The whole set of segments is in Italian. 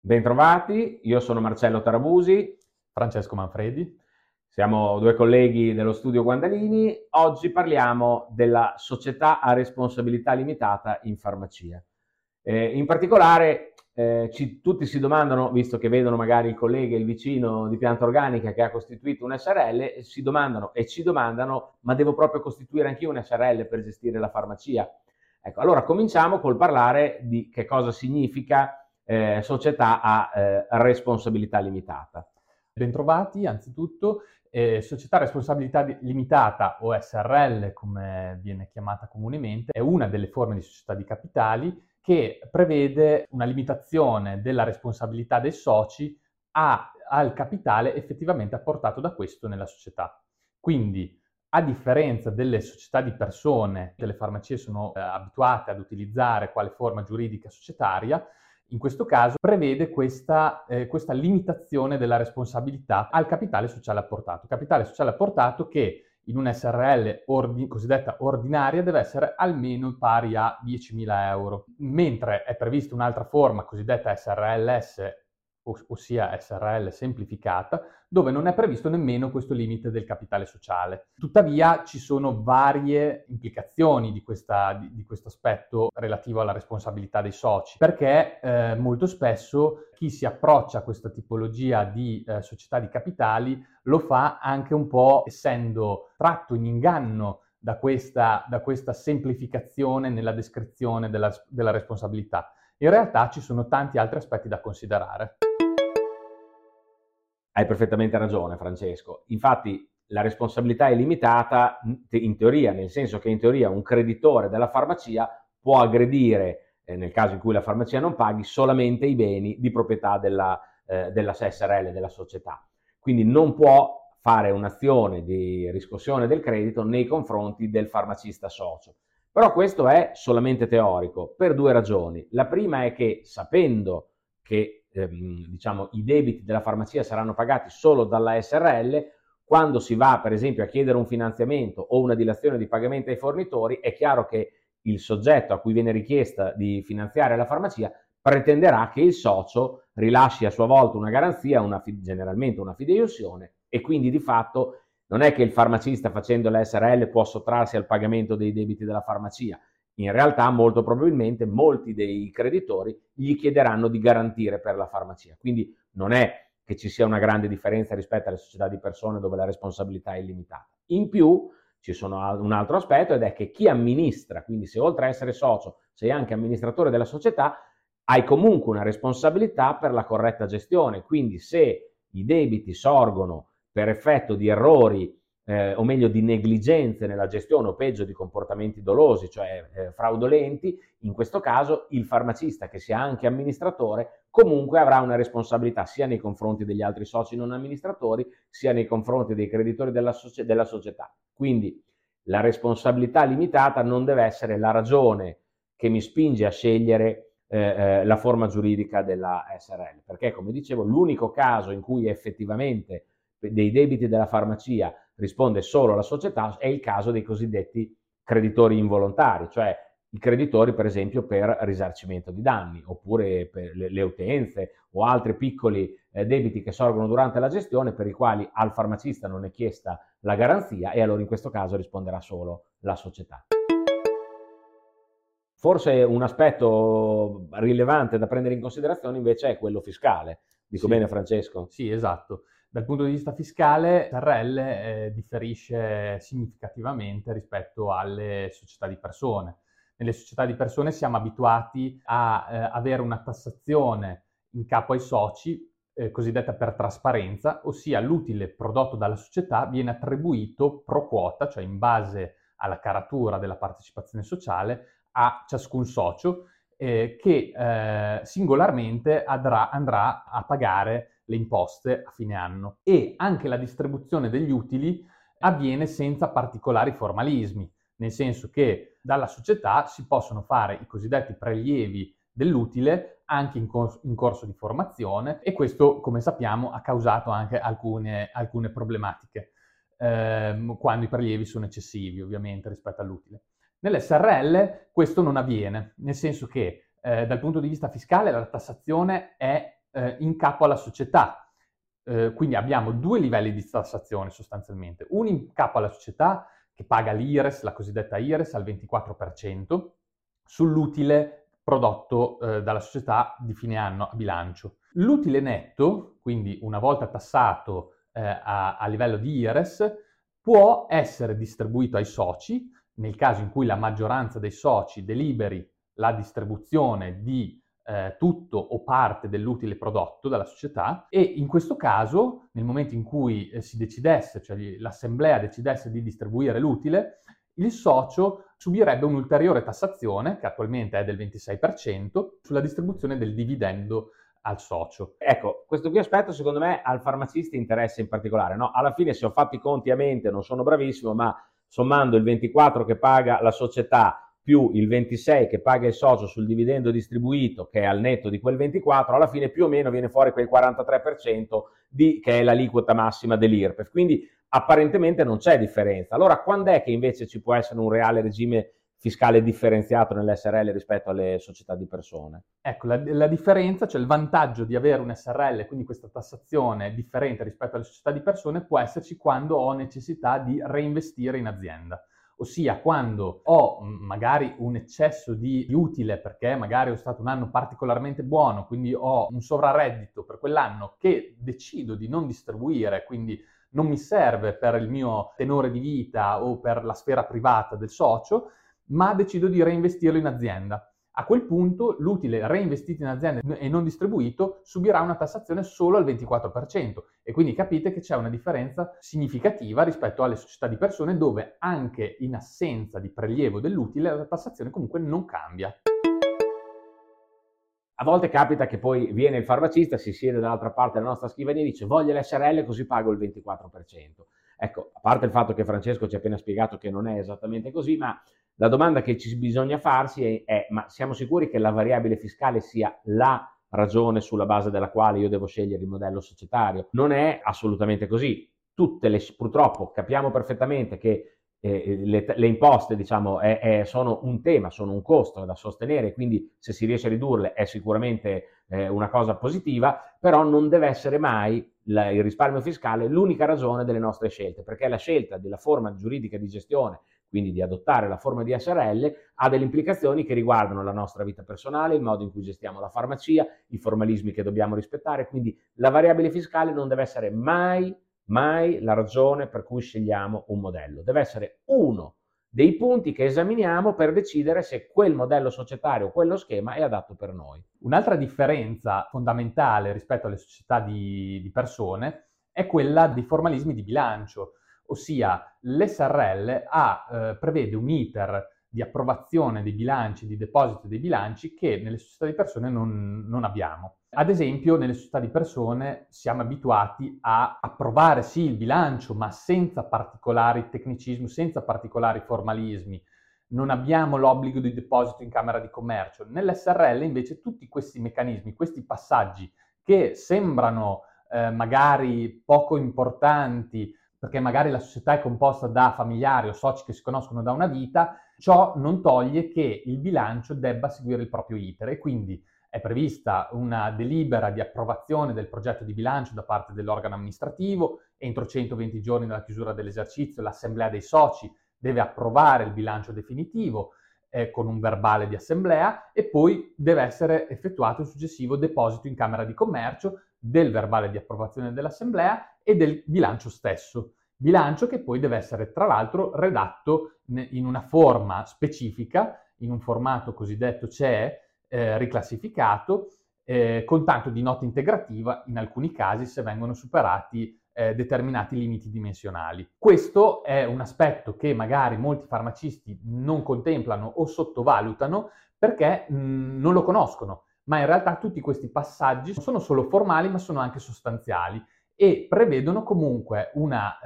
Bentrovati, io sono Marcello Tarabusi, Francesco Manfredi. siamo due colleghi dello studio Guandalini. Oggi parliamo della società a responsabilità limitata in farmacia. In particolare, tutti si domandano, visto che vedono magari il collega, il vicino di pianta organica che ha costituito un SRL, si domandano e ci domandano: ma devo proprio costituire anch'io un SRL per gestire la farmacia? Ecco, allora cominciamo col parlare di che cosa significa società a responsabilità limitata. Bentrovati, anzitutto. Società a responsabilità limitata, o SRL come viene chiamata comunemente, è una delle forme di società di capitali che prevede una limitazione della responsabilità dei soci al capitale effettivamente apportato da questo nella società. Quindi, a differenza delle società di persone che le farmacie sono abituate ad utilizzare quale forma giuridica societaria, in questo caso prevede questa limitazione della responsabilità al capitale sociale apportato. Capitale sociale apportato che in una SRL cosiddetta ordinaria deve essere almeno pari a 10.000 euro, mentre è prevista un'altra forma cosiddetta SRLS, ossia SRL semplificata, dove non è previsto nemmeno questo limite del capitale sociale. Tuttavia ci sono varie implicazioni di questo aspetto relativo alla responsabilità dei soci, perché molto spesso chi si approccia a questa tipologia di società di capitali lo fa anche un po' essendo tratto in inganno da questa semplificazione nella descrizione della responsabilità. In realtà ci sono tanti altri aspetti da considerare. Hai perfettamente ragione, Francesco. Infatti la responsabilità è limitata in teoria, nel senso che in teoria un creditore della farmacia può aggredire, nel caso in cui la farmacia non paghi, solamente i beni di proprietà della SRL, della società. Quindi non può fare un'azione di riscossione del credito nei confronti del farmacista socio. Però questo è solamente teorico, per due ragioni. La prima è che, sapendo che diciamo, i debiti della farmacia saranno pagati solo dalla SRL, quando si va per esempio a chiedere un finanziamento o una dilazione di pagamento ai fornitori, è chiaro che il soggetto a cui viene richiesta di finanziare la farmacia pretenderà che il socio rilasci a sua volta una garanzia, generalmente una fideiussione, e quindi di fatto non è che il farmacista facendo la SRL può sottrarsi al pagamento dei debiti della farmacia. In realtà molto probabilmente molti dei creditori gli chiederanno di garantire per la farmacia. Quindi non è che ci sia una grande differenza rispetto alle società di persone dove la responsabilità è illimitata. In più ci sono un altro aspetto, ed è che chi amministra, quindi se oltre a essere socio sei anche amministratore della società, hai comunque una responsabilità per la corretta gestione. Quindi se i debiti sorgono per effetto di errori o meglio di negligenze nella gestione o peggio di comportamenti dolosi, cioè fraudolenti, in questo caso il farmacista, che sia anche amministratore, comunque avrà una responsabilità sia nei confronti degli altri soci non amministratori, sia nei confronti dei creditori della società. Quindi la responsabilità limitata non deve essere la ragione che mi spinge a scegliere la forma giuridica della SRL, perché come dicevo l'unico caso in cui effettivamente dei debiti della farmacia risponde solo la società è il caso dei cosiddetti creditori involontari, cioè i creditori per esempio per risarcimento di danni, oppure per le utenze o altri piccoli debiti che sorgono durante la gestione, per i quali al farmacista non è chiesta la garanzia e allora in questo caso risponderà solo la società. Forse un aspetto rilevante da prendere in considerazione invece è quello fiscale. Dico Sì, bene, Francesco? sì, esatto. Dal punto di vista fiscale, SRL differisce significativamente rispetto alle società di persone. Nelle società di persone siamo abituati a avere una tassazione in capo ai soci, cosiddetta per trasparenza, ossia l'utile prodotto dalla società viene attribuito pro quota, cioè in base alla caratura della partecipazione sociale, a ciascun socio che singolarmente andrà a pagare le imposte a fine anno. E anche la distribuzione degli utili avviene senza particolari formalismi, nel senso che dalla società si possono fare i cosiddetti prelievi dell'utile anche in corso di formazione, e questo, come sappiamo, ha causato anche alcune problematiche quando i prelievi sono eccessivi, ovviamente, rispetto all'utile. Nell'SRL questo non avviene, nel senso che dal punto di vista fiscale la tassazione è in capo alla società. Quindi abbiamo due livelli di tassazione sostanzialmente. Uno in capo alla società che paga l'IRES, la cosiddetta IRES, al 24% sull'utile prodotto dalla società di fine anno a bilancio. L'utile netto, quindi una volta tassato a livello di IRES, può essere distribuito ai soci, nel caso in cui la maggioranza dei soci deliberi la distribuzione di tutto o parte dell'utile prodotto dalla società, e in questo caso, nel momento in cui si decidesse, cioè l'assemblea decidesse di distribuire l'utile, il socio subirebbe un'ulteriore tassazione, che attualmente è del 26%, sulla distribuzione del dividendo al socio. Ecco, questo qui aspetto secondo me al farmacista interessa in particolare, no? Alla fine, se ho fatto i conti a mente, non sono bravissimo, ma sommando il 24 che paga la società più il 26 che paga il socio sul dividendo distribuito, che è al netto di quel 24, alla fine più o meno viene fuori quel 43% che è l'aliquota massima dell'IRPEF. Quindi apparentemente non c'è differenza. Allora, quando è che invece ci può essere un reale regime fiscale differenziato nell'SRL rispetto alle società di persone? Ecco, la differenza, cioè il vantaggio di avere un SRL, quindi questa tassazione differente rispetto alle società di persone, può esserci quando ho necessità di reinvestire in azienda. Ossia, quando ho magari un eccesso di utile perché magari è stato un anno particolarmente buono, quindi ho un sovrarreddito per quell'anno che decido di non distribuire, quindi non mi serve per il mio tenore di vita o per la sfera privata del socio, ma decido di reinvestirlo in azienda. A quel punto l'utile reinvestito in azienda e non distribuito subirà una tassazione solo al 24% e quindi capite che c'è una differenza significativa rispetto alle società di persone dove anche in assenza di prelievo dell'utile la tassazione comunque non cambia. A volte capita che poi viene il farmacista, si siede dall'altra parte della nostra scrivania e dice voglio l'SRL così pago il 24%. Ecco, a parte il fatto che Francesco ci ha appena spiegato che non è esattamente così, ma la domanda che ci bisogna farsi è ma siamo sicuri che la variabile fiscale sia la ragione sulla base della quale io devo scegliere il modello societario? Non è assolutamente così. Purtroppo capiamo perfettamente che le imposte, diciamo, sono un tema, sono un costo da sostenere, quindi se si riesce a ridurle è sicuramente una cosa positiva, però non deve essere mai il risparmio fiscale l'unica ragione delle nostre scelte, perché la scelta della forma giuridica di gestione, quindi di adottare la forma di SRL, ha delle implicazioni che riguardano la nostra vita personale, il modo in cui gestiamo la farmacia, i formalismi che dobbiamo rispettare, quindi la variabile fiscale non deve essere mai la ragione per cui scegliamo un modello. Deve essere uno dei punti che esaminiamo per decidere se quel modello societario, quello schema è adatto per noi. Un'altra differenza fondamentale rispetto alle società di persone è quella dei formalismi di bilancio, ossia l'SRL prevede un iter di approvazione dei bilanci, di deposito dei bilanci che nelle società di persone non abbiamo. Ad esempio, nelle società di persone siamo abituati a approvare sì il bilancio, ma senza particolari tecnicismi, senza particolari formalismi. Non abbiamo l'obbligo di deposito in Camera di Commercio. Nell'SRL invece tutti questi meccanismi, questi passaggi che sembrano magari poco importanti, perché magari la società è composta da familiari o soci che si conoscono da una vita, ciò non toglie che il bilancio debba seguire il proprio iter e quindi è prevista una delibera di approvazione del progetto di bilancio da parte dell'organo amministrativo. Entro 120 giorni dalla chiusura dell'esercizio l'assemblea dei soci deve approvare il bilancio definitivo con un verbale di assemblea e poi deve essere effettuato il successivo deposito in Camera di Commercio del verbale di approvazione dell'assemblea e del bilancio stesso. Bilancio che poi deve essere tra l'altro redatto in una forma specifica, in un formato cosiddetto CEE, riclassificato, con tanto di nota integrativa in alcuni casi se vengono superati determinati limiti dimensionali. Questo è un aspetto che magari molti farmacisti non contemplano o sottovalutano perché non lo conoscono, ma in realtà tutti questi passaggi non sono solo formali ma sono anche sostanziali e prevedono comunque una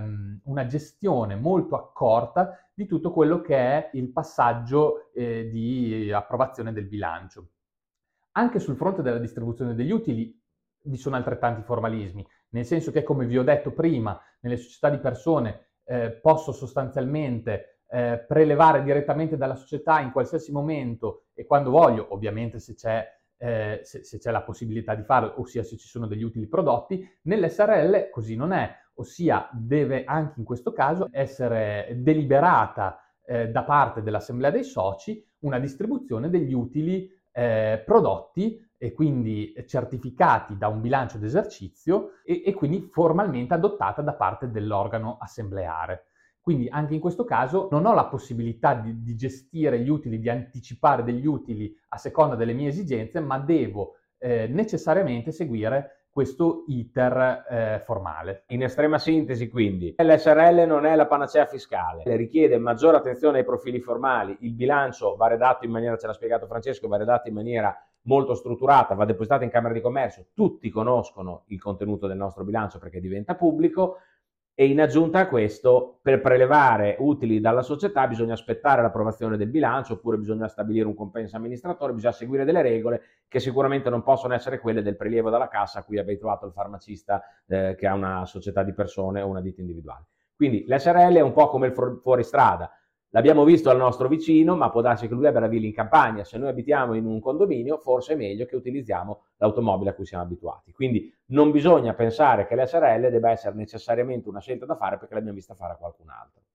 gestione molto accorta di tutto quello che è il passaggio di approvazione del bilancio. Anche sul fronte della distribuzione degli utili vi sono altrettanti formalismi, nel senso che, come vi ho detto prima, nelle società di persone posso sostanzialmente prelevare direttamente dalla società in qualsiasi momento e quando voglio, ovviamente se c'è se c'è la possibilità di farlo, ossia se ci sono degli utili prodotti. Nell'SRL così non è, ossia deve anche in questo caso essere deliberata da parte dell'assemblea dei soci una distribuzione degli utili prodotti e quindi certificati da un bilancio d'esercizio e quindi formalmente adottata da parte dell'organo assembleare. Quindi anche in questo caso non ho la possibilità di gestire gli utili, di anticipare degli utili a seconda delle mie esigenze, ma devo necessariamente seguire questo iter formale. In estrema sintesi, quindi, l'SRL non è la panacea fiscale, richiede maggiore attenzione ai profili formali, il bilancio va redatto in maniera, ce l'ha spiegato Francesco, va redatto in maniera molto strutturata, va depositato in Camera di Commercio, tutti conoscono il contenuto del nostro bilancio perché diventa pubblico. E in aggiunta a questo, per prelevare utili dalla società bisogna aspettare l'approvazione del bilancio, oppure bisogna stabilire un compenso amministratore, bisogna seguire delle regole che sicuramente non possono essere quelle del prelievo dalla cassa a cui è abituato il farmacista che ha una società di persone o una ditta individuale. Quindi l'SRL è un po' come il fuoristrada. L'abbiamo visto al nostro vicino, ma può darsi che lui abbia la villa in campagna. Se noi abitiamo in un condominio, forse è meglio che utilizziamo l'automobile a cui siamo abituati. Quindi non bisogna pensare che l'SRL debba essere necessariamente una scelta da fare perché l'abbiamo vista fare a qualcun altro.